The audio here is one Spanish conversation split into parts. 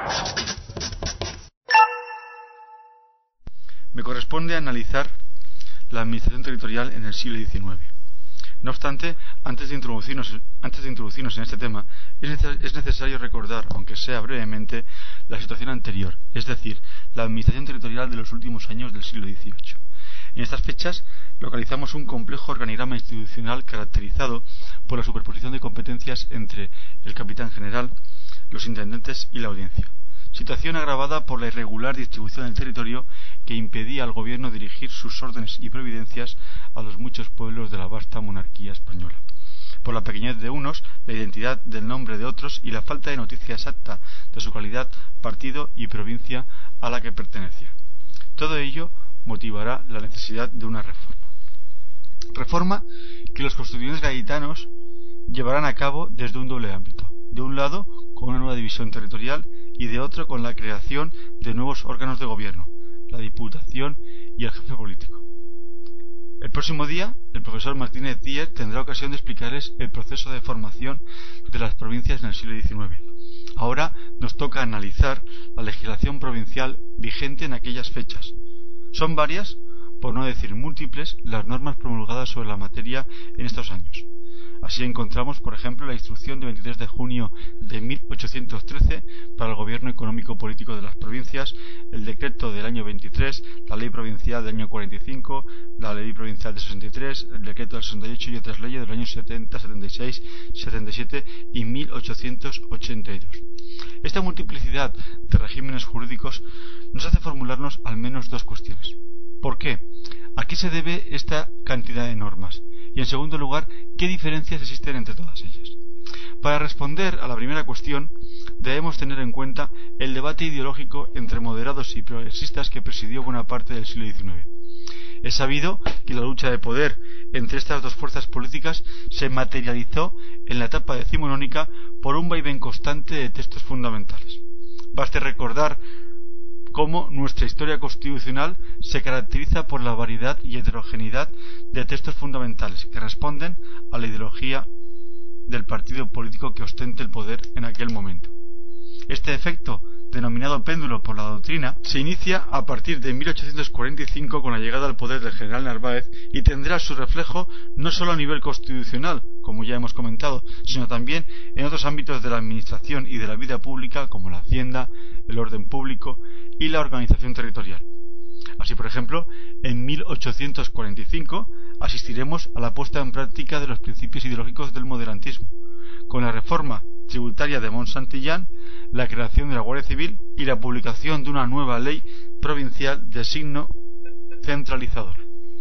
Me corresponde analizar la administración territorial en el siglo XIX. No obstante, antes de introducirnos en este tema, es necesario recordar, aunque sea brevemente, la situación anterior, es decir, la administración territorial de los últimos años del siglo XVIII. En estas fechas localizamos un complejo organigrama institucional caracterizado por la superposición de competencias entre el capitán general, los intendentes y la audiencia. Situación agravada por la irregular distribución del territorio que impedía al gobierno dirigir sus órdenes y providencias a los muchos pueblos de la vasta monarquía española. Por la pequeñez de unos, la identidad del nombre de otros y la falta de noticia exacta de su calidad, partido y provincia a la que pertenecía. Todo ello motivará la necesidad de una reforma. Reforma que los constituyentes gaditanos llevarán a cabo desde un doble ámbito. De un lado, con una nueva división territorial y de otro con la creación de nuevos órganos de gobierno, la Diputación y el jefe político. El próximo día, el profesor Martínez Díez tendrá ocasión de explicarles el proceso de formación de las provincias en el siglo XIX. Ahora nos toca analizar la legislación provincial vigente en aquellas fechas. Son varias, por no decir múltiples, las normas promulgadas sobre la materia en estos años. Así encontramos, por ejemplo, la Instrucción de 23 de junio de 1813 para el gobierno económico-político de las provincias, el decreto del año 23, la ley provincial del año 45, la ley provincial del 63, el decreto del 68 y otras leyes del año 70, 76, 77 y 1882. Esta multiplicidad de regímenes jurídicos nos hace formularnos al menos dos cuestiones. ¿Por qué? ¿A qué se debe esta cantidad de normas? Y en segundo lugar, ¿qué diferencias existen entre todas ellas? Para responder a la primera cuestión, debemos tener en cuenta el debate ideológico entre moderados y progresistas que presidió buena parte del siglo XIX. Es sabido que la lucha de poder entre estas dos fuerzas políticas se materializó en la etapa decimonónica por un vaivén constante de textos fundamentales. Baste recordar cómo nuestra historia constitucional se caracteriza por la variedad y heterogeneidad de textos fundamentales que responden a la ideología del partido político que ostente el poder en aquel momento. Este efecto, denominado péndulo por la doctrina, se inicia a partir de 1845 con la llegada al poder del general Narváez y tendrá su reflejo no solo a nivel constitucional, como ya hemos comentado, sino también en otros ámbitos de la administración y de la vida pública como la hacienda, el orden público y la organización territorial. Así, por ejemplo, en 1845 asistiremos a la puesta en práctica de los principios ideológicos del moderantismo, con la reforma tributaria de Mont-Saint-Millán, la creación de la Guardia Civil y la publicación de una nueva ley provincial de signo centralizador.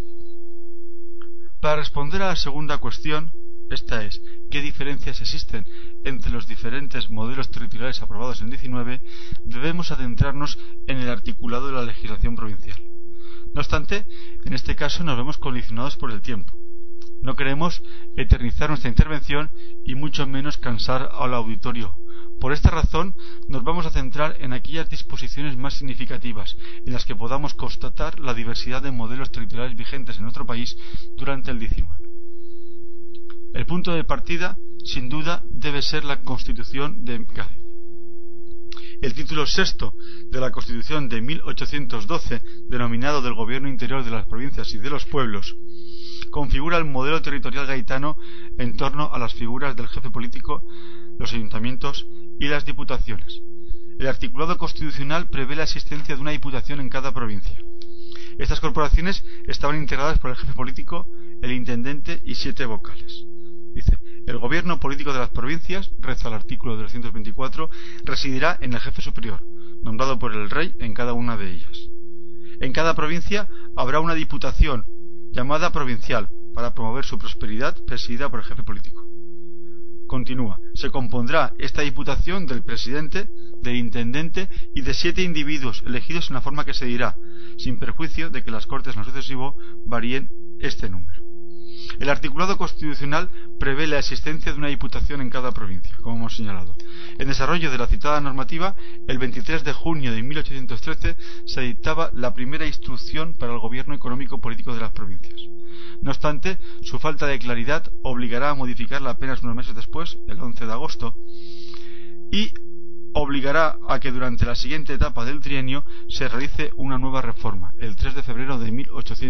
Para responder a la segunda cuestión, esta es, ¿qué diferencias existen entre los diferentes modelos territoriales aprobados en 19? Debemos adentrarnos en el articulado de la legislación provincial. No obstante, en este caso nos vemos condicionados por el tiempo. No queremos eternizar nuestra intervención y mucho menos cansar al auditorio. Por esta razón, nos vamos a centrar en aquellas disposiciones más significativas, en las que podamos constatar la diversidad de modelos territoriales vigentes en nuestro país durante el XIX. El punto de partida, sin duda, debe ser la Constitución de Cádiz. El título sexto de la Constitución de 1812, denominado del Gobierno Interior de las Provincias y de los Pueblos, configura el modelo territorial gaditano en torno a las figuras del jefe político, los ayuntamientos y las diputaciones. El articulado constitucional prevé la existencia de una diputación en cada provincia. Estas corporaciones estaban integradas por el jefe político, el intendente y 7 vocales. Dice, el gobierno político de las provincias, reza el artículo 224, residirá en el jefe superior, nombrado por el rey en cada una de ellas. En cada provincia habrá una diputación, llamada provincial, para promover su prosperidad, presidida por el jefe político. Continúa, se compondrá esta diputación del presidente, del intendente y de 7 individuos elegidos en la forma que se dirá, sin perjuicio de que las Cortes en lo sucesivo varíen este número. El articulado constitucional prevé la existencia de una diputación en cada provincia, como hemos señalado. En desarrollo de la citada normativa, el 23 de junio de 1813 se dictaba la primera instrucción para el gobierno económico-político de las provincias. No obstante, su falta de claridad obligará a modificarla apenas unos meses después, el 11 de agosto, y obligará a que durante la siguiente etapa del trienio se realice una nueva reforma, el 3 de febrero de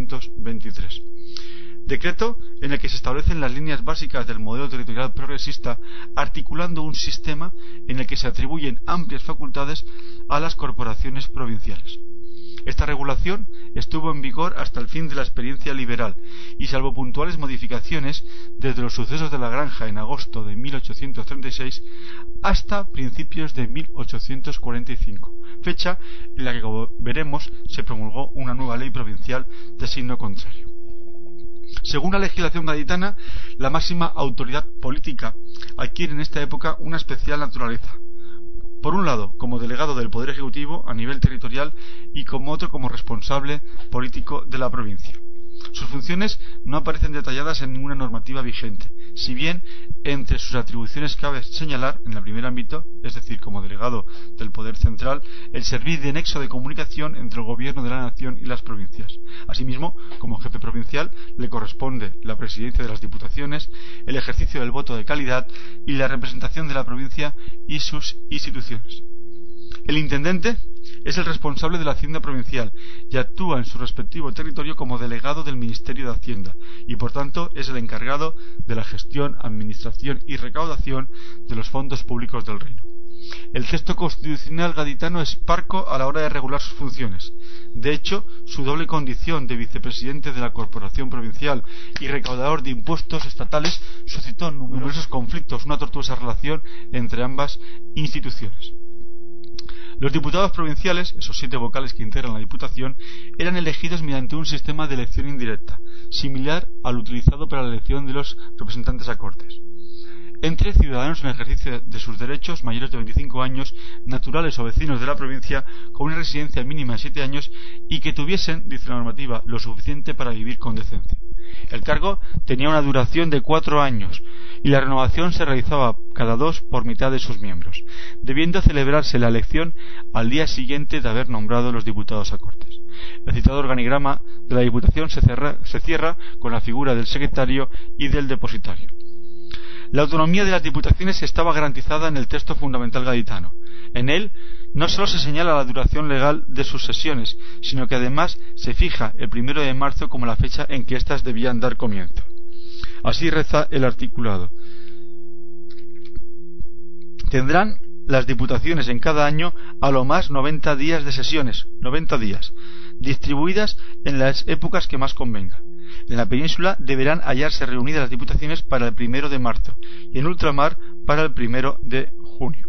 1823. Decreto en el que se establecen las líneas básicas del modelo territorial progresista, articulando un sistema en el que se atribuyen amplias facultades a las corporaciones provinciales. Esta regulación estuvo en vigor hasta el fin de la experiencia liberal y, salvo puntuales modificaciones, desde los sucesos de la Granja en agosto de 1836 hasta principios de 1845, fecha en la que, como veremos, se promulgó una nueva ley provincial de signo contrario. Según la legislación gaditana, la máxima autoridad política adquiere en esta época una especial naturaleza. Por un lado, como delegado del Poder Ejecutivo a nivel territorial y como otro como responsable político de la provincia. Sus funciones no aparecen detalladas en ninguna normativa vigente, si bien entre sus atribuciones cabe señalar, en el primer ámbito, es decir, como delegado del Poder Central, el servir de nexo de comunicación entre el Gobierno de la Nación y las provincias. Asimismo, como jefe provincial, le corresponde la presidencia de las diputaciones, el ejercicio del voto de calidad y la representación de la provincia y sus instituciones. El intendente es el responsable de la Hacienda provincial y actúa en su respectivo territorio como delegado del Ministerio de Hacienda y, por tanto, es el encargado de la gestión, administración y recaudación de los fondos públicos del reino. El texto constitucional gaditano es parco a la hora de regular sus funciones. De hecho, su doble condición de vicepresidente de la Corporación Provincial y recaudador de impuestos estatales suscitó numerosos conflictos, una tortuosa relación entre ambas instituciones. Los diputados provinciales, esos 7 vocales que integran la Diputación, eran elegidos mediante un sistema de elección indirecta, similar al utilizado para la elección de los representantes a Cortes. Entre ciudadanos en ejercicio de sus derechos mayores de 25 años, naturales o vecinos de la provincia, con una residencia mínima de 7 años y que tuviesen, dice la normativa, lo suficiente para vivir con decencia. El cargo tenía una duración de 4 años y la renovación se realizaba cada 2 por mitad de sus miembros, debiendo celebrarse la elección al día siguiente de haber nombrado los diputados a Cortes. El citado organigrama de la Diputación se cierra con la figura del secretario y del depositario. La autonomía de las diputaciones estaba garantizada en el texto fundamental gaditano. En él no solo se señala la duración legal de sus sesiones, sino que además se fija el 1 de marzo como la fecha en que éstas debían dar comienzo. Así reza el articulado. Tendrán las diputaciones en cada año a lo más 90 días de sesiones, 90 días, distribuidas en las épocas que más convenga. En la península deberán hallarse reunidas las diputaciones para el 1 de marzo y en ultramar para el 1 de junio.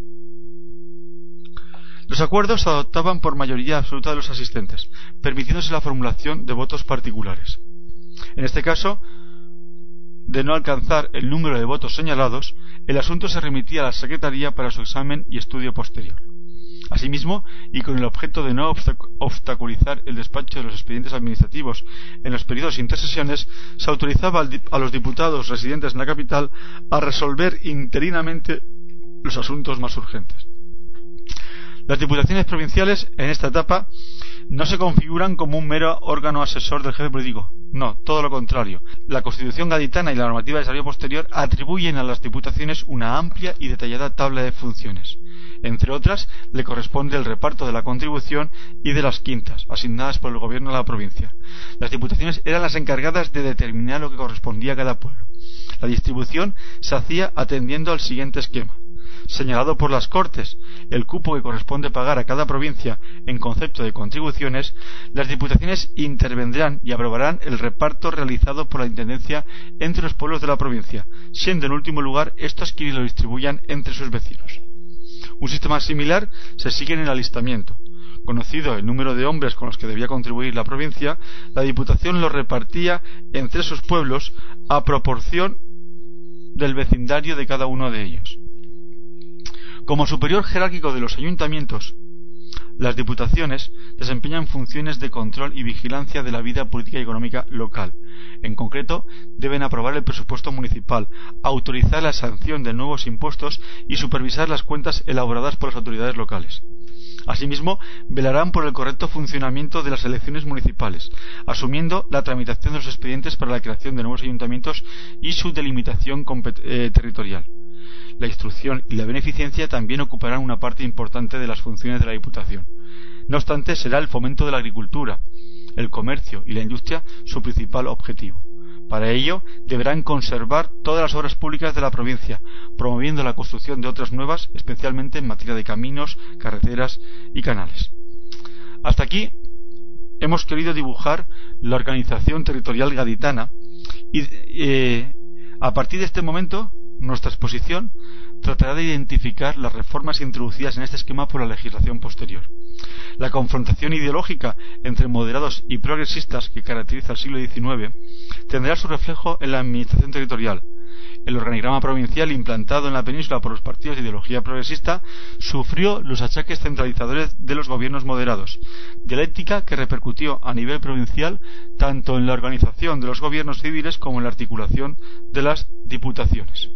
Los acuerdos se adoptaban por mayoría absoluta de los asistentes, permitiéndose la formulación de votos particulares. En este caso, de no alcanzar el número de votos señalados, el asunto se remitía a la Secretaría para su examen y estudio posterior. Asimismo, y con el objeto de no obstaculizar el despacho de los expedientes administrativos en los periodos intersesiones, se autorizaba a los diputados residentes en la capital a resolver interinamente los asuntos más urgentes. Las diputaciones provinciales, en esta etapa, no se configuran como un mero órgano asesor del jefe político. No, todo lo contrario. La Constitución gaditana y la normativa de desarrollo posterior atribuyen a las diputaciones una amplia y detallada tabla de funciones. Entre otras, le corresponde el reparto de la contribución y de las quintas, asignadas por el gobierno de la provincia. Las diputaciones eran las encargadas de determinar lo que correspondía a cada pueblo. La distribución se hacía atendiendo al siguiente esquema. Señalado por las Cortes el cupo que corresponde pagar a cada provincia en concepto de contribuciones, las diputaciones intervendrán y aprobarán el reparto realizado por la Intendencia entre los pueblos de la provincia, siendo en último lugar estos quienes lo distribuyan entre sus vecinos. Un sistema similar se sigue en el alistamiento. Conocido el número de hombres con los que debía contribuir la provincia, la Diputación los repartía entre sus pueblos a proporción del vecindario de cada uno de ellos. Como superior jerárquico de los ayuntamientos, las diputaciones desempeñan funciones de control y vigilancia de la vida política y económica local. En concreto, deben aprobar el presupuesto municipal, autorizar la sanción de nuevos impuestos y supervisar las cuentas elaboradas por las autoridades locales. Asimismo, velarán por el correcto funcionamiento de las elecciones municipales, asumiendo la tramitación de los expedientes para la creación de nuevos ayuntamientos y su delimitación territorial. la instrucción y la beneficencia también ocuparán una parte importante de las funciones de la Diputación. No obstante, será el fomento de la agricultura, el comercio y la industria su principal objetivo. Para ello, deberán conservar todas las obras públicas de la provincia, promoviendo la construcción de otras nuevas, especialmente en materia de caminos, carreteras y canales. Hasta aquí hemos querido dibujar la organización territorial gaditana y a partir de este momento nuestra exposición tratará de identificar las reformas introducidas en este esquema por la legislación posterior. La confrontación ideológica entre moderados y progresistas que caracteriza el siglo XIX tendrá su reflejo en la administración territorial. El organigrama provincial implantado en la península por los partidos de ideología progresista sufrió los achaques centralizadores de los gobiernos moderados, dialéctica que repercutió a nivel provincial tanto en la organización de los gobiernos civiles como en la articulación de las diputaciones.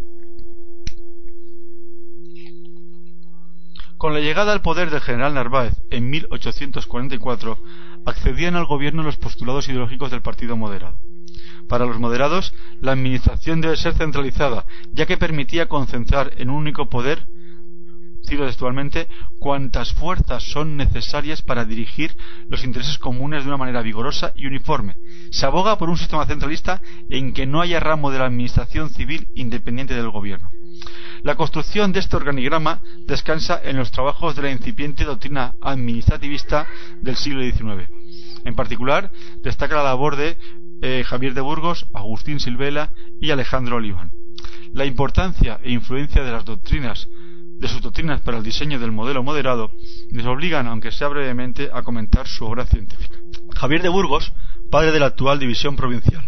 Con la llegada al poder del general Narváez en 1844, accedían al gobierno los postulados ideológicos del partido moderado. Para los moderados, la administración debe ser centralizada, ya que permitía concentrar en un único poder, cito textualmente, cuantas fuerzas son necesarias para dirigir los intereses comunes de una manera vigorosa y uniforme. Se aboga por un sistema centralista en que no haya ramo de la administración civil independiente del gobierno. La construcción de este organigrama descansa en los trabajos de la incipiente doctrina administrativista del siglo XIX. En particular, destaca la labor de Javier de Burgos, Agustín Silvela y Alejandro Oliván. La importancia e influencia de sus doctrinas para el diseño del modelo moderado les obligan, aunque sea brevemente, a comentar su obra científica. Javier de Burgos, padre de la actual división provincial.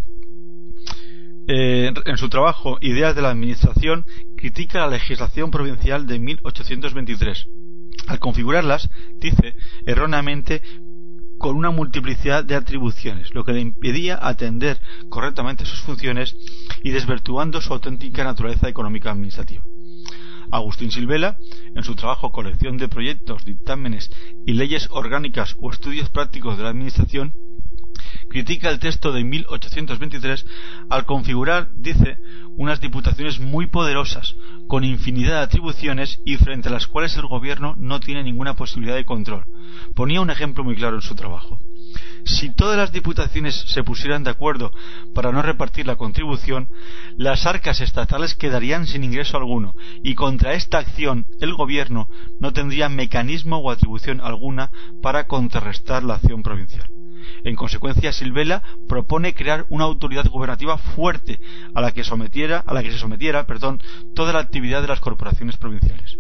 En su trabajo Ideas de la Administración, critica la legislación provincial de 1823. Al configurarlas, dice erróneamente con una multiplicidad de atribuciones, lo que le impedía atender correctamente sus funciones y desvirtuando su auténtica naturaleza económica administrativa. Agustín Silvela, en su trabajo Colección de proyectos, dictámenes y leyes orgánicas o estudios prácticos de la administración, critica el texto de 1823 al configurar, dice, unas diputaciones muy poderosas, con infinidad de atribuciones y frente a las cuales el gobierno no tiene ninguna posibilidad de control. Ponía un ejemplo muy claro en su trabajo. Si todas las diputaciones se pusieran de acuerdo para no repartir la contribución, las arcas estatales quedarían sin ingreso alguno, y contra esta acción el gobierno no tendría mecanismo o atribución alguna para contrarrestar la acción provincial. En consecuencia, Silvela propone crear una autoridad gubernativa fuerte a la que se sometiera toda la actividad de las corporaciones provinciales.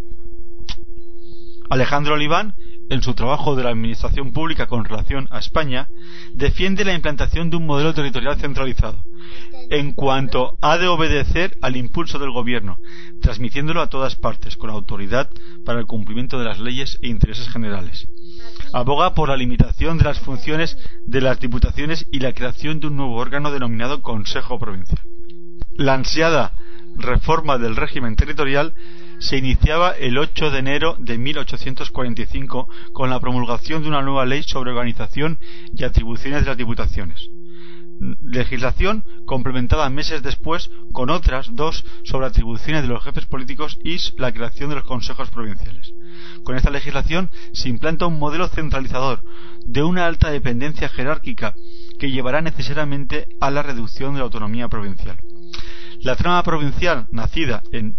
Alejandro Oliván, en su trabajo de la administración pública con relación a España, defiende la implantación de un modelo territorial centralizado, en cuanto ha de obedecer al impulso del gobierno, transmitiéndolo a todas partes, con autoridad para el cumplimiento de las leyes e intereses generales. Aboga por la limitación de las funciones de las diputaciones y la creación de un nuevo órgano denominado Consejo Provincial. La ansiada reforma del régimen territorial se iniciaba el 8 de enero de 1845 con la promulgación de una nueva ley sobre organización y atribuciones de las diputaciones. Legislación complementada meses después con otras dos sobre atribuciones de los jefes políticos y la creación de los consejos provinciales. Con esta legislación se implanta un modelo centralizador de una alta dependencia jerárquica que llevará necesariamente a la reducción de la autonomía provincial. La trama provincial, nacida en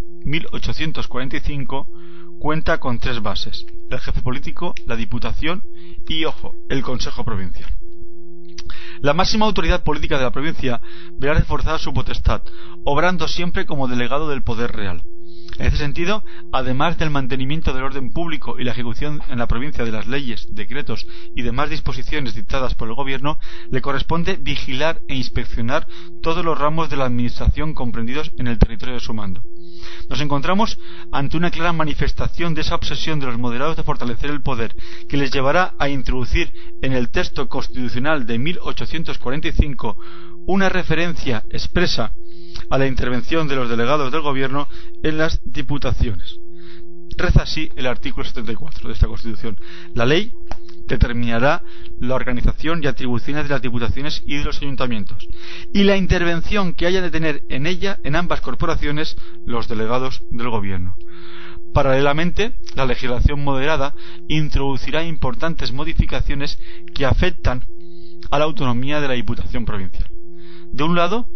1845, cuenta con tres bases: el jefe político, la diputación y, ojo, el consejo provincial. La máxima autoridad política de la provincia verá reforzada su potestad, obrando siempre como delegado del poder real. En este sentido, además del mantenimiento del orden público y la ejecución en la provincia de las leyes, decretos y demás disposiciones dictadas por el gobierno, le corresponde vigilar e inspeccionar todos los ramos de la administración comprendidos en el territorio de su mando. Nos encontramos ante una clara manifestación de esa obsesión de los moderados de fortalecer el poder, que les llevará a introducir en el texto constitucional de 1845 una referencia expresa a la intervención de los delegados del gobierno en las diputaciones. Reza así el artículo 74 de esta Constitución: la ley determinará la organización y atribuciones de las diputaciones y de los ayuntamientos, y la intervención que haya de tener en ella, en ambas corporaciones, los delegados del gobierno. Paralelamente, la legislación moderada introducirá importantes modificaciones que afectan a la autonomía de la Diputación provincial. De un lado,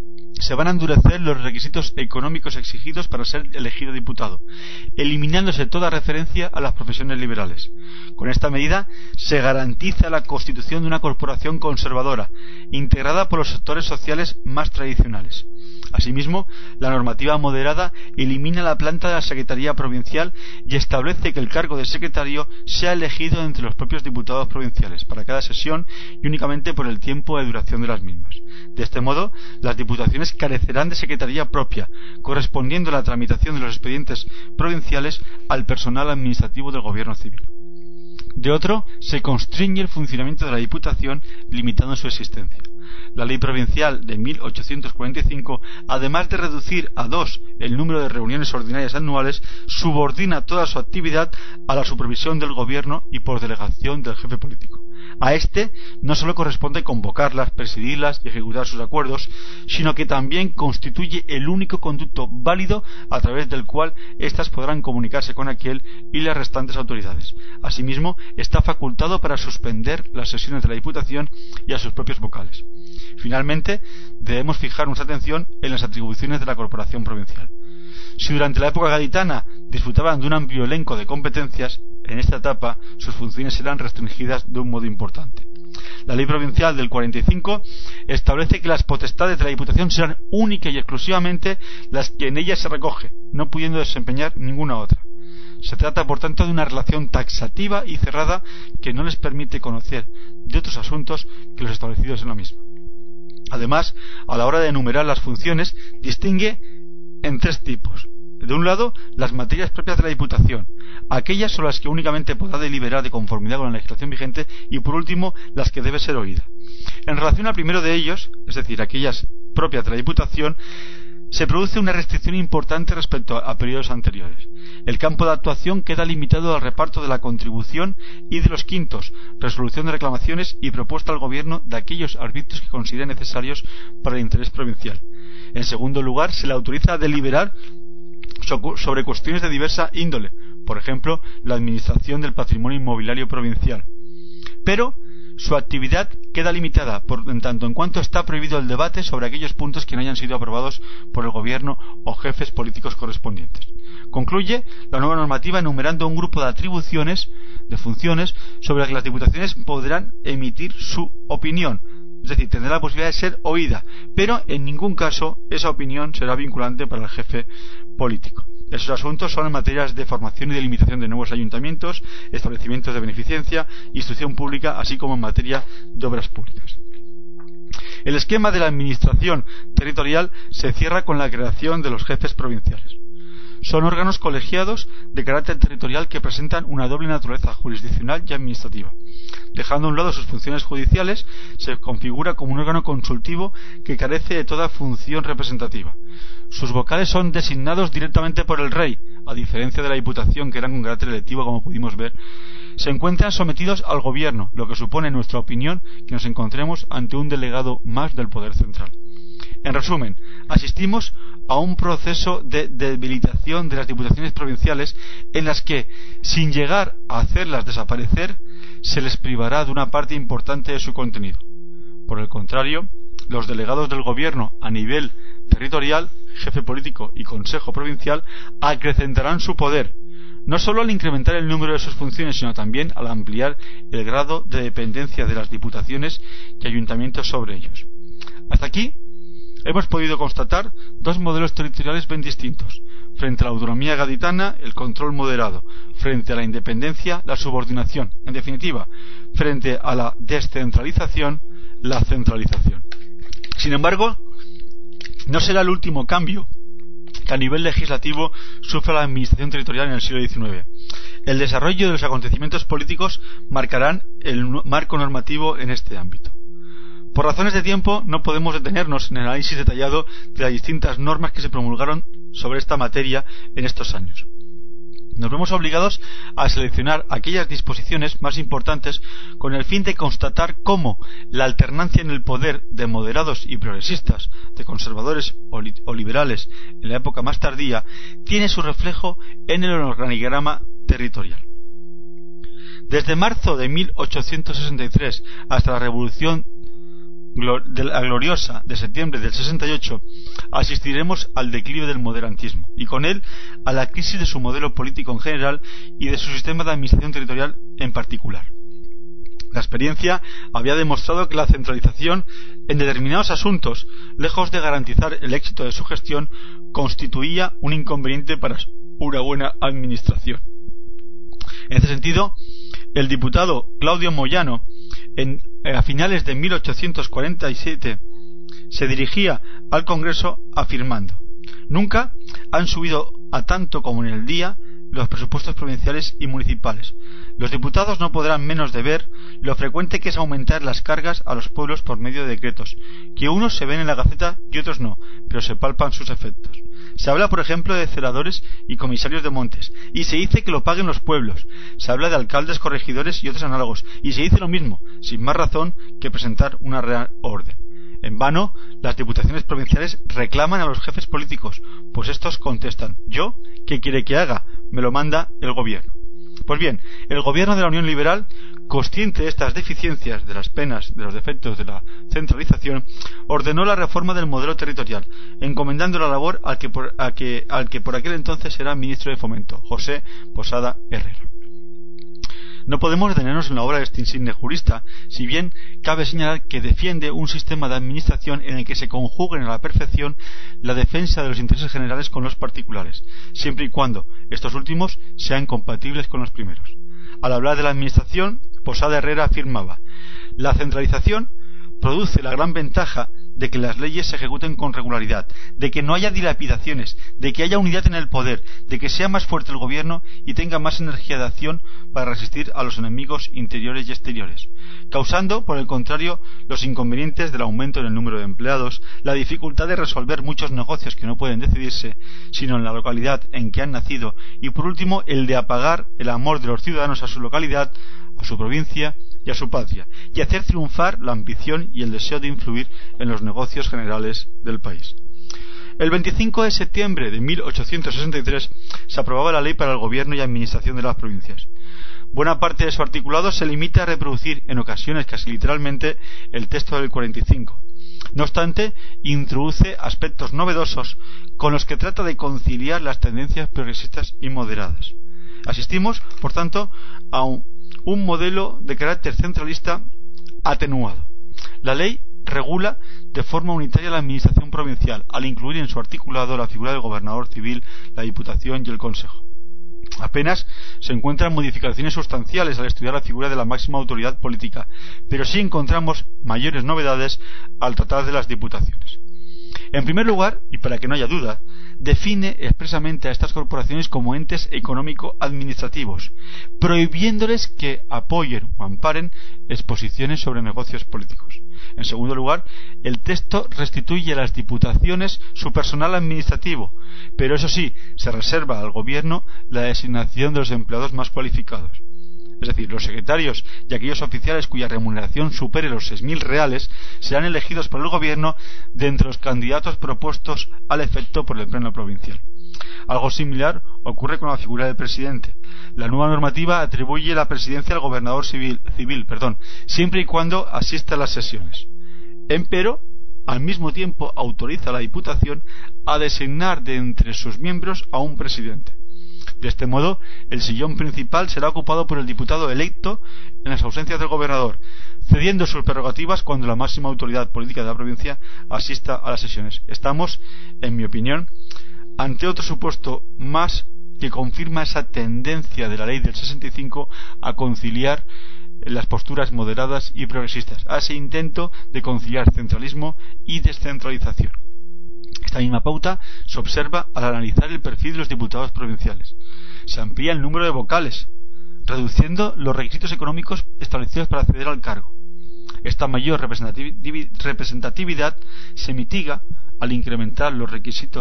se van a endurecer los requisitos económicos exigidos para ser elegido diputado, eliminándose toda referencia a las profesiones liberales. Con esta medida se garantiza la constitución de una corporación conservadora, integrada por los sectores sociales más tradicionales. Asimismo, la normativa moderada elimina la planta de la Secretaría Provincial y establece que el cargo de secretario sea elegido entre los propios diputados provinciales para cada sesión y únicamente por el tiempo de duración de las mismas. De este modo, las diputaciones carecerán de secretaría propia, correspondiendo la tramitación de los expedientes provinciales al personal administrativo del Gobierno civil. De otro, se constriñe el funcionamiento de la Diputación, limitando su existencia. La Ley Provincial de 1845, además de reducir a 2 el número de reuniones ordinarias anuales, subordina toda su actividad a la supervisión del Gobierno y por delegación del jefe político. A este no solo corresponde convocarlas, presidirlas y ejecutar sus acuerdos, sino que también constituye el único conducto válido a través del cual éstas podrán comunicarse con aquel y las restantes autoridades. Asimismo, está facultado para suspender las sesiones de la Diputación y a sus propios vocales. Finalmente, debemos fijar nuestra atención en las atribuciones de la Corporación Provincial. Si durante la época gaditana disfrutaban de un amplio elenco de competencias, en esta etapa sus funciones serán restringidas de un modo importante. La Ley Provincial del 45 establece que las potestades de la Diputación serán única y exclusivamente las que en ella se recoge, no pudiendo desempeñar ninguna otra. Se trata, por tanto, de una relación taxativa y cerrada que no les permite conocer de otros asuntos que los establecidos en la misma. Además, a la hora de enumerar las funciones, distingue en 3 tipos. De un lado, las materias propias de la Diputación, aquellas sobre las que únicamente podrá deliberar de conformidad con la legislación vigente, y por último, las que debe ser oída. En relación al primero de ellos, es decir, aquellas propias de la Diputación, se produce una restricción importante respecto a periodos anteriores. El campo de actuación queda limitado al reparto de la contribución y de los quintos, resolución de reclamaciones y propuesta al Gobierno de aquellos arbitrios que considere necesarios para el interés provincial. En segundo lugar, se le autoriza a deliberar sobre cuestiones de diversa índole, por ejemplo, la administración del patrimonio inmobiliario provincial. Pero su actividad queda limitada en tanto en cuanto está prohibido el debate sobre aquellos puntos que no hayan sido aprobados por el Gobierno o jefes políticos correspondientes. Concluye la nueva normativa enumerando un grupo de atribuciones, de funciones, sobre las que las diputaciones podrán emitir su opinión, es decir, tendrá la posibilidad de ser oída, pero en ningún caso esa opinión será vinculante para el jefe político. Esos asuntos son en materias de formación y de limitación de nuevos ayuntamientos, establecimientos de beneficencia, instrucción pública, así como en materia de obras públicas. El esquema de la administración territorial se cierra con la creación de los jefes provinciales. Son órganos colegiados de carácter territorial que presentan una doble naturaleza jurisdiccional y administrativa. Dejando a un lado sus funciones judiciales, se configura como un órgano consultivo que carece de toda función representativa. Sus vocales son designados directamente por el rey, a diferencia de la Diputación, que eran con carácter electivo, como pudimos ver. Se encuentran sometidos al Gobierno, lo que supone, en nuestra opinión, que nos encontremos ante un delegado más del poder central. En resumen, asistimos a un proceso de debilitación de las diputaciones provinciales en las que, sin llegar a hacerlas desaparecer, se les privará de una parte importante de su contenido. Por el contrario, los delegados del Gobierno a nivel territorial, jefe político y consejo provincial, acrecentarán su poder, no solo al incrementar el número de sus funciones, sino también al ampliar el grado de dependencia de las diputaciones y ayuntamientos sobre ellos. Hasta aquí hemos podido constatar 2 modelos territoriales bien distintos. Frente a la autonomía gaditana, el control moderado. Frente a la independencia, la subordinación. En definitiva, frente a la descentralización, la centralización. Sin embargo, no será el último cambio que a nivel legislativo sufre la administración territorial en el siglo XIX. El desarrollo de los acontecimientos políticos marcarán el marco normativo en este ámbito. Por razones de tiempo no podemos detenernos en el análisis detallado de las distintas normas que se promulgaron sobre esta materia en estos años. Nos vemos obligados a seleccionar aquellas disposiciones más importantes con el fin de constatar cómo la alternancia en el poder de moderados y progresistas, de conservadores o liberales en la época más tardía, tiene su reflejo en el organigrama territorial. Desde marzo de 1863 hasta la Revolución gloriosa de septiembre del 68, asistiremos al declive del moderantismo y con él a la crisis de su modelo político en general y de su sistema de administración territorial en particular. La experiencia había demostrado que la centralización en determinados asuntos, lejos de garantizar el éxito de su gestión, constituía un inconveniente para una buena administración. En este sentido, el diputado Claudio Moyano, a finales de 1847, se dirigía al Congreso afirmando: «Nunca han subido a tanto como en el día los presupuestos provinciales y municipales. Los diputados no podrán menos de ver lo frecuente que es aumentar las cargas a los pueblos por medio de decretos, que unos se ven en la Gaceta y otros no, pero se palpan sus efectos. Se habla, por ejemplo, de celadores y comisarios de montes, y se dice que lo paguen los pueblos. Se habla de alcaldes, corregidores y otros análogos, y se dice lo mismo, sin más razón que presentar una real orden. En vano, las diputaciones provinciales reclaman a los jefes políticos, pues estos contestan: ¿yo qué quiere que haga? Me lo manda el gobierno». Pues bien, el gobierno de la Unión Liberal, consciente de estas deficiencias, de las penas, de los defectos de la centralización, ordenó la reforma del modelo territorial, encomendando la labor al que por aquel entonces era ministro de Fomento, José Posada Herrera. No podemos detenernos en la obra de este insigne jurista, si bien cabe señalar que defiende un sistema de administración en el que se conjuguen a la perfección la defensa de los intereses generales con los particulares, siempre y cuando estos últimos sean compatibles con los primeros. Al hablar de la administración, Posada Herrera afirmaba: «La centralización produce la gran ventaja de que las leyes se ejecuten con regularidad, de que no haya dilapidaciones, de que haya unidad en el poder, de que sea más fuerte el gobierno y tenga más energía de acción para resistir a los enemigos interiores y exteriores, causando, por el contrario, los inconvenientes del aumento en el número de empleados, la dificultad de resolver muchos negocios que no pueden decidirse sino en la localidad en que han nacido y, por último, el de apagar el amor de los ciudadanos a su localidad, a su provincia y a su patria, y hacer triunfar la ambición y el deseo de influir en los negocios generales del país». El 25 de septiembre de 1863 se aprobaba la Ley para el Gobierno y Administración de las Provincias. Buena parte de su articulado se limita a reproducir, en ocasiones casi literalmente, el texto del 45. No obstante, introduce aspectos novedosos con los que trata de conciliar las tendencias progresistas y moderadas. Asistimos, por tanto, a un modelo de carácter centralista atenuado. La ley regula de forma unitaria la administración provincial, al incluir en su articulado la figura del gobernador civil, la diputación y el consejo. Apenas se encuentran modificaciones sustanciales al estudiar la figura de la máxima autoridad política, pero sí encontramos mayores novedades al tratar de las diputaciones. En primer lugar, y para que no haya duda, define expresamente a estas corporaciones como entes económico-administrativos, prohibiéndoles que apoyen o amparen exposiciones sobre negocios políticos. En segundo lugar, el texto restituye a las diputaciones su personal administrativo, pero eso sí, se reserva al gobierno la designación de los empleados más cualificados. Es decir, los secretarios y aquellos oficiales cuya remuneración supere los 6.000 reales serán elegidos por el gobierno de entre los candidatos propuestos al efecto por el pleno provincial. Algo similar ocurre con la figura del presidente. La nueva normativa atribuye la presidencia al gobernador civil, siempre y cuando asista a las sesiones. Empero, al mismo tiempo autoriza a la Diputación a designar de entre sus miembros a un presidente. De este modo, el sillón principal será ocupado por el diputado electo en las ausencias del gobernador, cediendo sus prerrogativas cuando la máxima autoridad política de la provincia asista a las sesiones. Estamos, en mi opinión, ante otro supuesto más que confirma esa tendencia de la ley del 65 a conciliar las posturas moderadas y progresistas, a ese intento de conciliar centralismo y descentralización. Esta misma pauta se observa al analizar el perfil de los diputados provinciales. Se amplía el número de vocales, reduciendo los requisitos económicos establecidos para acceder al cargo. Esta mayor representatividad se mitiga al incrementar los requisitos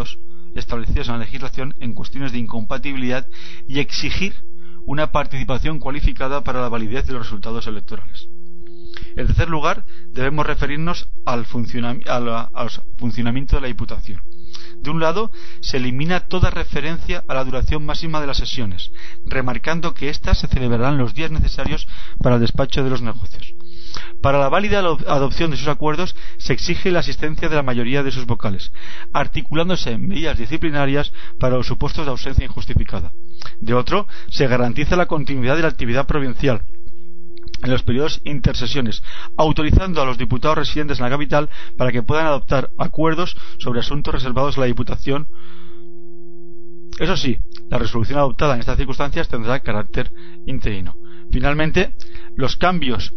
establecidos en la legislación en cuestiones de incompatibilidad y exigir una participación cualificada para la validez de los resultados electorales. En tercer lugar, debemos referirnos al funcionamiento de la Diputación. De un lado, se elimina toda referencia a la duración máxima de las sesiones, remarcando que éstas se celebrarán los días necesarios para el despacho de los negocios. Para la válida adopción de sus acuerdos se exige la asistencia de la mayoría de sus vocales, articulándose medidas disciplinarias para los supuestos de ausencia injustificada. De otro, se garantiza la continuidad de la actividad provincial en los periodos intersesiones, autorizando a los diputados residentes en la capital para que puedan adoptar acuerdos sobre asuntos reservados a la Diputación. Eso sí, la resolución adoptada en estas circunstancias tendrá carácter interino. Finalmente, los cambios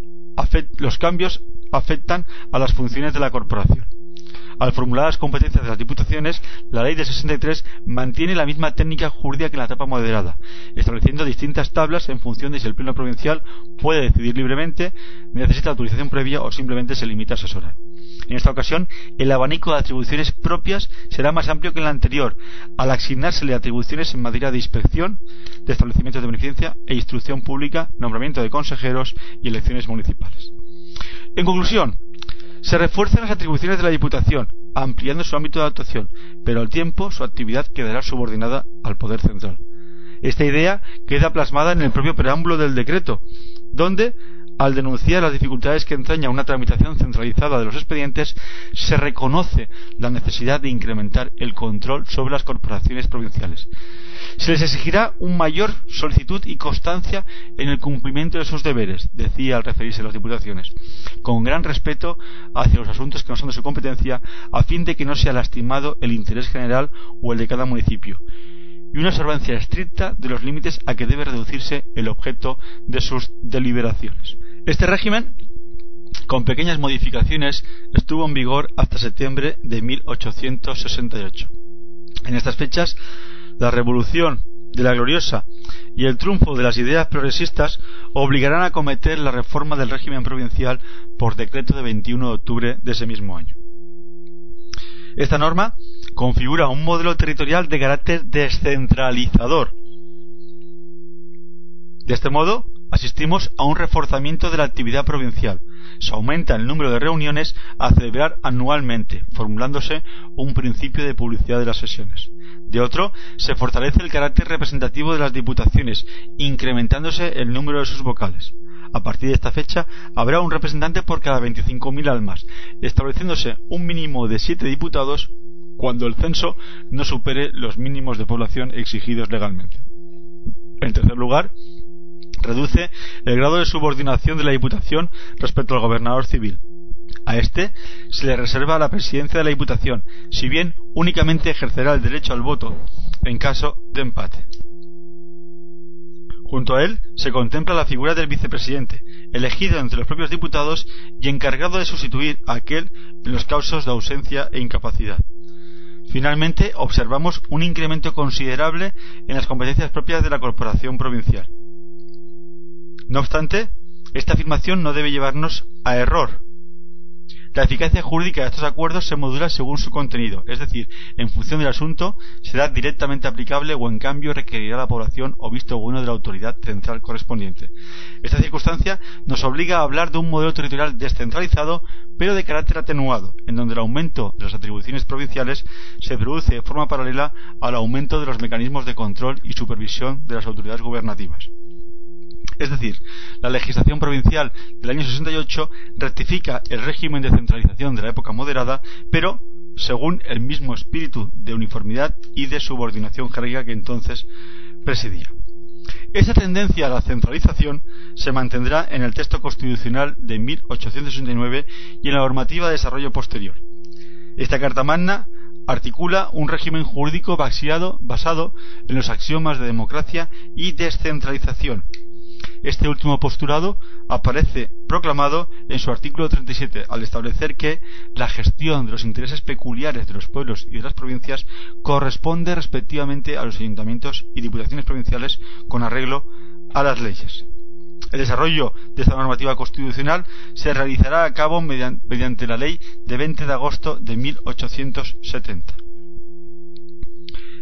afectan a las funciones de la corporación. Al formular las competencias de las diputaciones, la ley de 63 mantiene la misma técnica jurídica que en la etapa moderada, estableciendo distintas tablas en función de si el Pleno Provincial puede decidir libremente, necesita autorización previa o simplemente se limita a asesorar. En esta ocasión, el abanico de atribuciones propias será más amplio que en la anterior, al asignársele atribuciones en materia de inspección, de establecimientos de beneficencia e instrucción pública, nombramiento de consejeros y elecciones municipales. En conclusión, se refuerzan las atribuciones de la Diputación, ampliando su ámbito de actuación, pero al tiempo su actividad quedará subordinada al Poder Central. Esta idea queda plasmada en el propio preámbulo del decreto, donde, al denunciar las dificultades que entraña una tramitación centralizada de los expedientes, se reconoce la necesidad de incrementar el control sobre las corporaciones provinciales. Se les exigirá una mayor solicitud y constancia en el cumplimiento de sus deberes, decía al referirse a las diputaciones, con gran respeto hacia los asuntos que no son de su competencia, a fin de que no sea lastimado el interés general o el de cada municipio, y una observancia estricta de los límites a que debe reducirse el objeto de sus deliberaciones. Este régimen, con pequeñas modificaciones, estuvo en vigor hasta septiembre de 1868. En estas fechas, la revolución de la Gloriosa y el triunfo de las ideas progresistas obligarán a acometer la reforma del régimen provincial por decreto de 21 de octubre de ese mismo año. Esta norma configura un modelo territorial de carácter descentralizador. De este modo, asistimos a un reforzamiento de la actividad provincial. Se aumenta el número de reuniones a celebrar anualmente, formulándose un principio de publicidad de las sesiones. De otro, se fortalece el carácter representativo de las diputaciones, incrementándose el número de sus vocales. A partir de esta fecha, habrá un representante por cada 25.000 almas, estableciéndose un mínimo de 7 diputados cuando el censo no supere los mínimos de población exigidos legalmente. En tercer lugar, reduce el grado de subordinación de la Diputación respecto al gobernador civil. A este se le reserva la presidencia de la Diputación, si bien únicamente ejercerá el derecho al voto en caso de empate. Junto a él se contempla la figura del vicepresidente, elegido entre los propios diputados y encargado de sustituir a aquel en los casos de ausencia e incapacidad. Finalmente, observamos un incremento considerable en las competencias propias de la corporación provincial. No obstante, esta afirmación no debe llevarnos a error. La eficacia jurídica de estos acuerdos se modula según su contenido, es decir, en función del asunto, será directamente aplicable o en cambio requerirá la aprobación o visto bueno de la autoridad central correspondiente. Esta circunstancia nos obliga a hablar de un modelo territorial descentralizado, pero de carácter atenuado, en donde el aumento de las atribuciones provinciales se produce de forma paralela al aumento de los mecanismos de control y supervisión de las autoridades gubernativas. Es decir, la legislación provincial del año 68 rectifica el régimen de centralización de la época moderada, pero según el mismo espíritu de uniformidad y de subordinación jerárquica que entonces presidía. Esa tendencia a la centralización se mantendrá en el texto constitucional de 1869 y en la normativa de desarrollo posterior. Esta Carta Magna articula un régimen jurídico basado en los axiomas de democracia y descentralización. Este último postulado aparece proclamado en su artículo 37 al establecer que la gestión de los intereses peculiares de los pueblos y de las provincias corresponde respectivamente a los ayuntamientos y diputaciones provinciales con arreglo a las leyes. El desarrollo de esta normativa constitucional se realizará a cabo mediante la ley de 20 de agosto de 1870.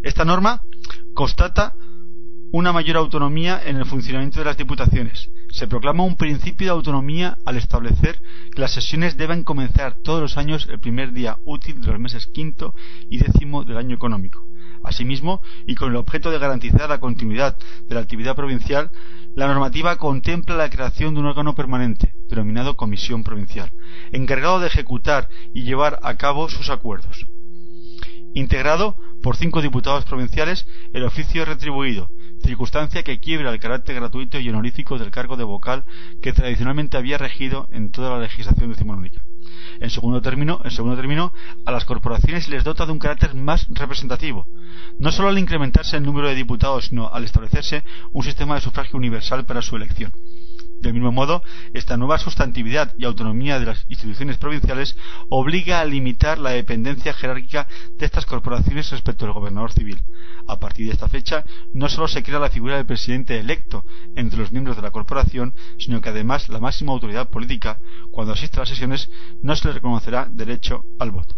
Esta norma constata una mayor autonomía en el funcionamiento de las diputaciones. Se proclama un principio de autonomía al establecer que las sesiones deben comenzar todos los años el primer día útil de los meses quinto y décimo del año económico. Asimismo, y con el objeto de garantizar la continuidad de la actividad provincial, la normativa contempla la creación de un órgano permanente, denominado Comisión Provincial, encargado de ejecutar y llevar a cabo sus acuerdos. Integrado por 5 diputados provinciales, el oficio es retribuido, circunstancia que quiebra el carácter gratuito y honorífico del cargo de vocal que tradicionalmente había regido en toda la legislación decimonónica. En segundo término, a las corporaciones les dota de un carácter más representativo, no solo al incrementarse el número de diputados, sino al establecerse un sistema de sufragio universal para su elección. Del mismo modo, esta nueva sustantividad y autonomía de las instituciones provinciales obliga a limitar la dependencia jerárquica de estas corporaciones respecto al gobernador civil. A partir de esta fecha, no solo se crea la figura del presidente electo entre los miembros de la corporación, sino que además la máxima autoridad política, cuando asista a las sesiones, no se le reconocerá derecho al voto.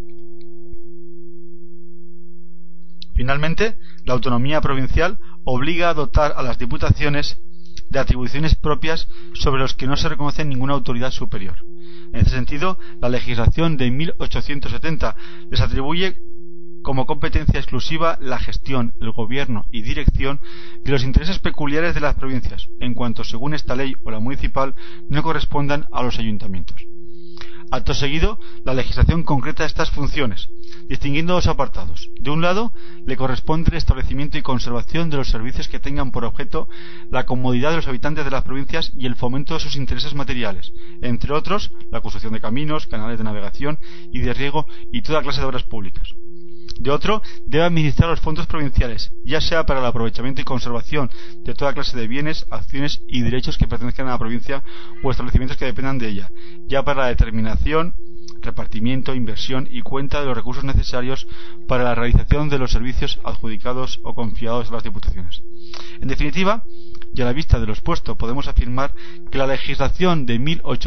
Finalmente, la autonomía provincial obliga a dotar a las diputaciones de atribuciones propias sobre los que no se reconoce ninguna autoridad superior. En este sentido, la legislación de 1870 les atribuye como competencia exclusiva la gestión, el gobierno y dirección de los intereses peculiares de las provincias, en cuanto según esta ley o la municipal no correspondan a los ayuntamientos. Acto seguido, la legislación concreta estas funciones, distinguiendo dos apartados. De un lado, le corresponde el establecimiento y conservación de los servicios que tengan por objeto la comodidad de los habitantes de las provincias y el fomento de sus intereses materiales, entre otros, la construcción de caminos, canales de navegación y de riego y toda clase de obras públicas. De otro, debe administrar los fondos provinciales, ya sea para el aprovechamiento y conservación de toda clase de bienes, acciones y derechos que pertenezcan a la provincia o establecimientos que dependan de ella, ya para la determinación, repartimiento, inversión y cuenta de los recursos necesarios para la realización de los servicios adjudicados o confiados a las diputaciones. En definitiva, y a la vista de lo expuesto, podemos afirmar que la legislación de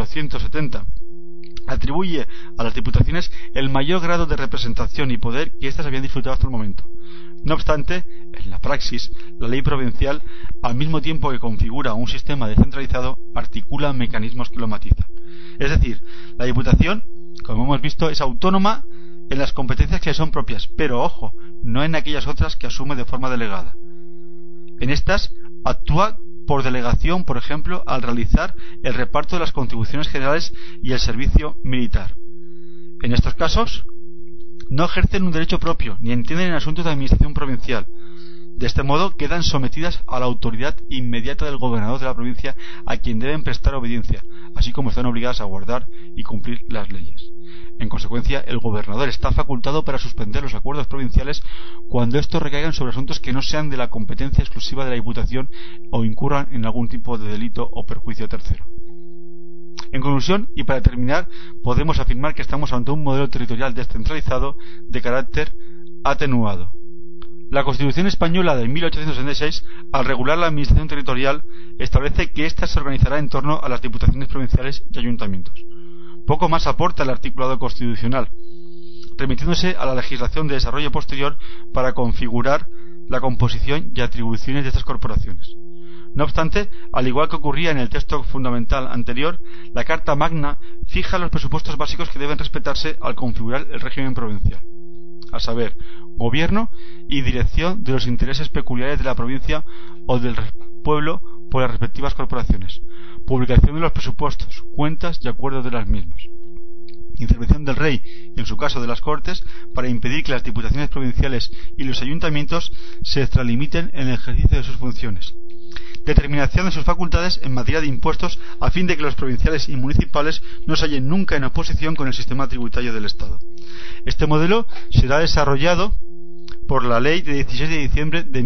1870 atribuye a las diputaciones el mayor grado de representación y poder que éstas habían disfrutado hasta el momento. No obstante, en la praxis, la ley provincial, al mismo tiempo que configura un sistema descentralizado, articula mecanismos que lo matizan. Es decir, la diputación, como hemos visto, es autónoma en las competencias que le son propias, pero ojo, no en aquellas otras que asume de forma delegada. En estas, actúa por delegación, por ejemplo, al realizar el reparto de las contribuciones generales y el servicio militar. En estos casos, no ejercen un derecho propio, ni entienden en asuntos de administración provincial. De este modo, quedan sometidas a la autoridad inmediata del gobernador de la provincia, a quien deben prestar obediencia, así como están obligadas a guardar y cumplir las leyes. En consecuencia, el gobernador está facultado para suspender los acuerdos provinciales cuando estos recaigan sobre asuntos que no sean de la competencia exclusiva de la Diputación o incurran en algún tipo de delito o perjuicio tercero. En conclusión, y para terminar, podemos afirmar que estamos ante un modelo territorial descentralizado de carácter atenuado. La Constitución española de 1866, al regular la administración territorial, establece que ésta se organizará en torno a las diputaciones provinciales y ayuntamientos. Poco más aporta el articulado constitucional, remitiéndose a la legislación de desarrollo posterior para configurar la composición y atribuciones de estas corporaciones. No obstante, al igual que ocurría en el texto fundamental anterior, la Carta Magna fija los presupuestos básicos que deben respetarse al configurar el régimen provincial, a saber, gobierno y dirección de los intereses peculiares de la provincia o del pueblo por las respectivas corporaciones, publicación de los presupuestos, cuentas y acuerdos de las mismas, intervención del rey y en su caso de las Cortes para impedir que las diputaciones provinciales y los ayuntamientos se extralimiten en el ejercicio de sus funciones, determinación de sus facultades en materia de impuestos a fin de que los provinciales y municipales no se hallen nunca en oposición con el sistema tributario del Estado. Este modelo será desarrollado por la ley de 16 de diciembre de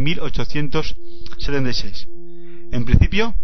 1876. En principio,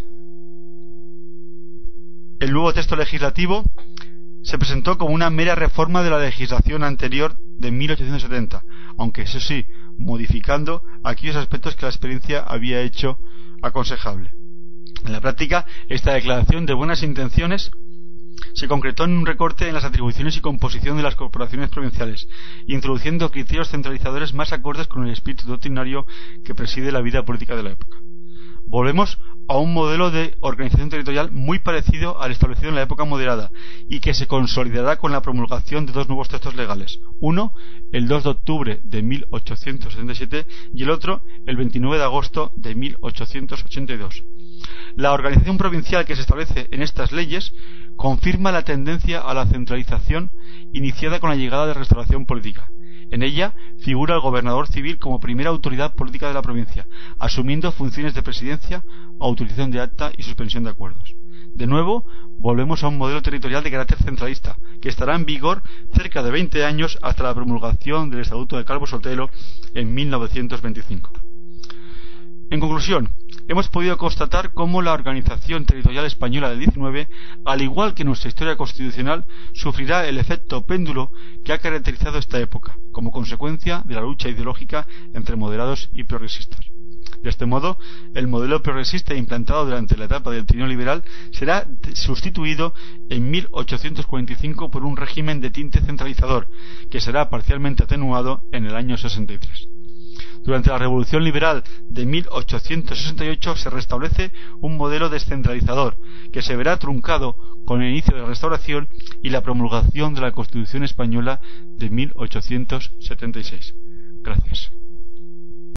el nuevo texto legislativo se presentó como una mera reforma de la legislación anterior de 1870, aunque eso sí, modificando aquellos aspectos que la experiencia había hecho aconsejable. En la práctica, esta declaración de buenas intenciones se concretó en un recorte en las atribuciones y composición de las corporaciones provinciales, introduciendo criterios centralizadores más acordes con el espíritu doctrinario que preside la vida política de la época. Volvemos a un modelo de organización territorial muy parecido al establecido en la época moderada y que se consolidará con la promulgación de dos nuevos textos legales, uno el 2 de octubre de 1877 y el otro el 29 de agosto de 1882. La organización provincial que se establece en estas leyes confirma la tendencia a la centralización iniciada con la llegada de la restauración política. En ella figura el gobernador civil como primera autoridad política de la provincia, asumiendo funciones de presidencia, autorización de acta y suspensión de acuerdos. De nuevo, volvemos a un modelo territorial de carácter centralista, que estará en vigor cerca de 20 años hasta la promulgación del Estatuto de Calvo Sotelo en 1925. En conclusión, hemos podido constatar cómo la organización territorial española del XIX, al igual que nuestra historia constitucional, sufrirá el efecto péndulo que ha caracterizado esta época, como consecuencia de la lucha ideológica entre moderados y progresistas. De este modo, el modelo progresista implantado durante la etapa del trienio liberal será sustituido en 1845 por un régimen de tinte centralizador, que será parcialmente atenuado en el año 63. Durante la Revolución Liberal de 1868 se restablece un modelo descentralizador que se verá truncado con el inicio de la Restauración y la promulgación de la Constitución Española de 1876. Gracias.